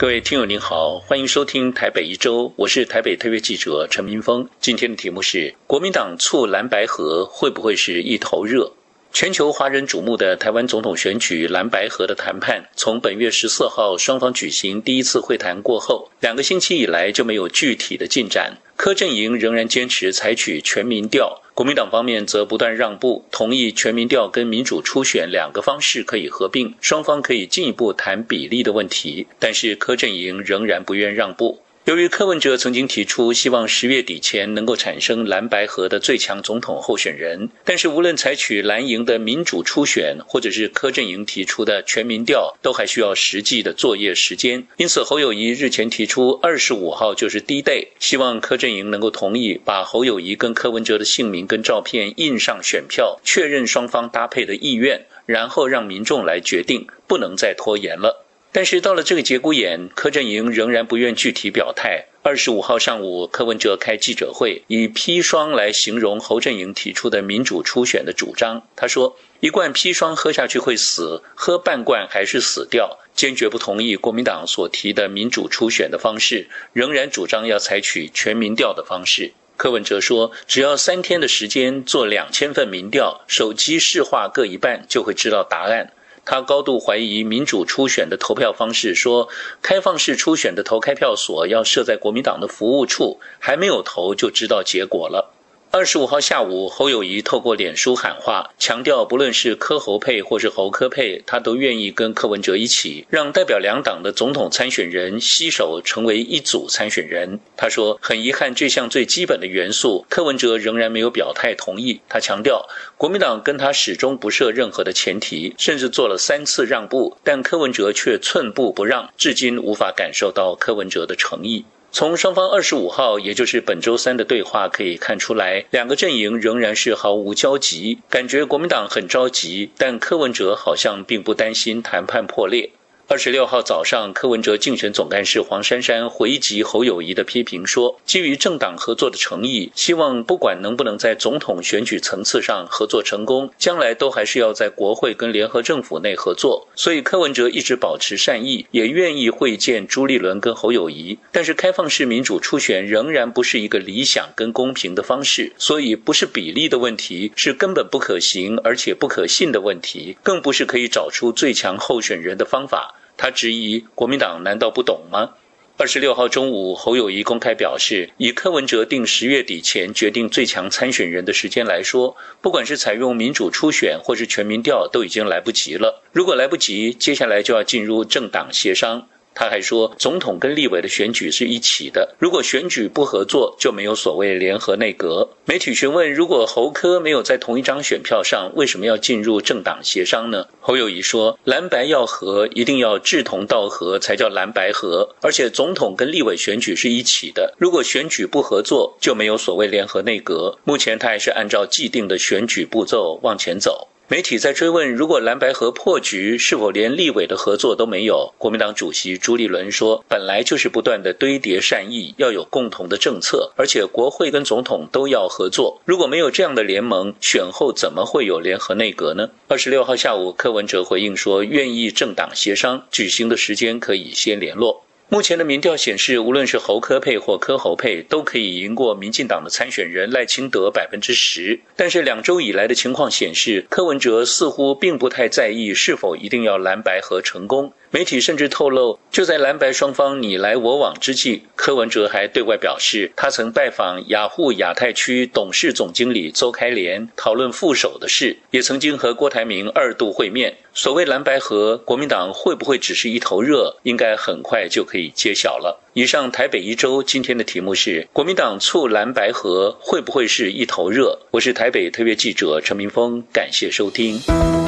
各位听友您好，欢迎收听台北一周，我是台北特约记者陈明峰。今天的题目是国民党促蓝白合会不会是一头热？全球华人瞩目的台湾总统选举蓝白合的谈判，从本月14号双方举行第一次会谈过后，2个星期以来就没有具体的进展。柯阵营仍然坚持采取全民调，国民党方面则不断让步，同意全民调跟民主初选2个方式可以合并，双方可以进一步谈比例的问题，但是柯阵营仍然不愿让步。由于柯文哲曾经提出希望10月底前能够产生蓝白合的最强总统候选人，但是无论采取蓝营的民主初选，或者是柯阵营提出的全民调，都还需要实际的作业时间。因此侯友宜日前提出25号就是 D-Day， 希望柯阵营能够同意把侯友宜跟柯文哲的姓名跟照片印上选票，确认双方搭配的意愿，然后让民众来决定，不能再拖延了。但是到了这个节骨眼，柯阵营仍然不愿具体表态。25号上午，柯文哲开记者会，以砒霜来形容侯阵营提出的民主初选的主张。他说，一罐砒霜喝下去会死，喝半罐还是死掉，坚决不同意国民党所提的民主初选的方式，仍然主张要采取全民调的方式。柯文哲说，只要3天的时间做2000份民调，手机市话各一半就会知道答案。他高度怀疑民主初选的投票方式，说开放式初选的投开票所要设在国民党的服务处，还没有投就知道结果了。25号下午，侯友宜透过脸书喊话，强调不论是柯侯配或是侯柯配，他都愿意跟柯文哲一起，让代表2党的总统参选人携手成为一组参选人。他说，很遗憾这项最基本的元素，柯文哲仍然没有表态同意。他强调，国民党跟他始终不设任何的前提，甚至做了3次让步，但柯文哲却寸步不让，至今无法感受到柯文哲的诚意。从双方25号，也就是本周3的对话可以看出来，2个阵营仍然是毫无交集，感觉国民党很着急，但柯文哲好像并不担心谈判破裂。26号早上，柯文哲竞选总干事黄珊珊回击侯友宜的批评说，基于政党合作的诚意，希望不管能不能在总统选举层次上合作成功，将来都还是要在国会跟联合政府内合作。所以柯文哲一直保持善意，也愿意会见朱立伦跟侯友宜，但是开放式民主初选仍然不是一个理想跟公平的方式，所以不是比例的问题，是根本不可行而且不可信的问题，更不是可以找出最强候选人的方法。他质疑国民党难道不懂吗？26号中午，侯友宜公开表示，以柯文哲定10月底前决定最强参选人的时间来说，不管是采用民主初选或是全民调，都已经来不及了。如果来不及，接下来就要进入政党协商。他还说，总统跟立委的选举是一起的，如果选举不合作，就没有所谓联合内阁。媒体询问，如果侯柯没有在同一张选票上，为什么要进入政党协商呢？侯友宜说，蓝白要合，一定要志同道合才叫蓝白合，而且总统跟立委选举是一起的，如果选举不合作，就没有所谓联合内阁。目前他还是按照既定的选举步骤往前走。媒体在追问，如果蓝白合破局，是否连立委的合作都没有？国民党主席朱立伦说，本来就是不断的堆叠善意，要有共同的政策，而且国会跟总统都要合作。如果没有这样的联盟，选后怎么会有联合内阁呢？26号下午，柯文哲回应说，愿意政党协商，举行的时间可以先联络。目前的民调显示，无论是侯柯配或柯侯配，都可以赢过民进党的参选人赖清德 10%。但是2周以来的情况显示，柯文哲似乎并不太在意是否一定要蓝白合成功。媒体甚至透露，就在蓝白双方你来我往之际，柯文哲还对外表示，他曾拜访雅虎亚太区董事总经理邹开莲，讨论副手的事，也曾经和郭台铭2度会面。所谓蓝白合，国民党会不会只是一头热，应该很快就可以揭晓了。以上台北一周今天的题目是，国民党促蓝白合会不会是一头热？我是台北特约记者陈明峰，感谢收听。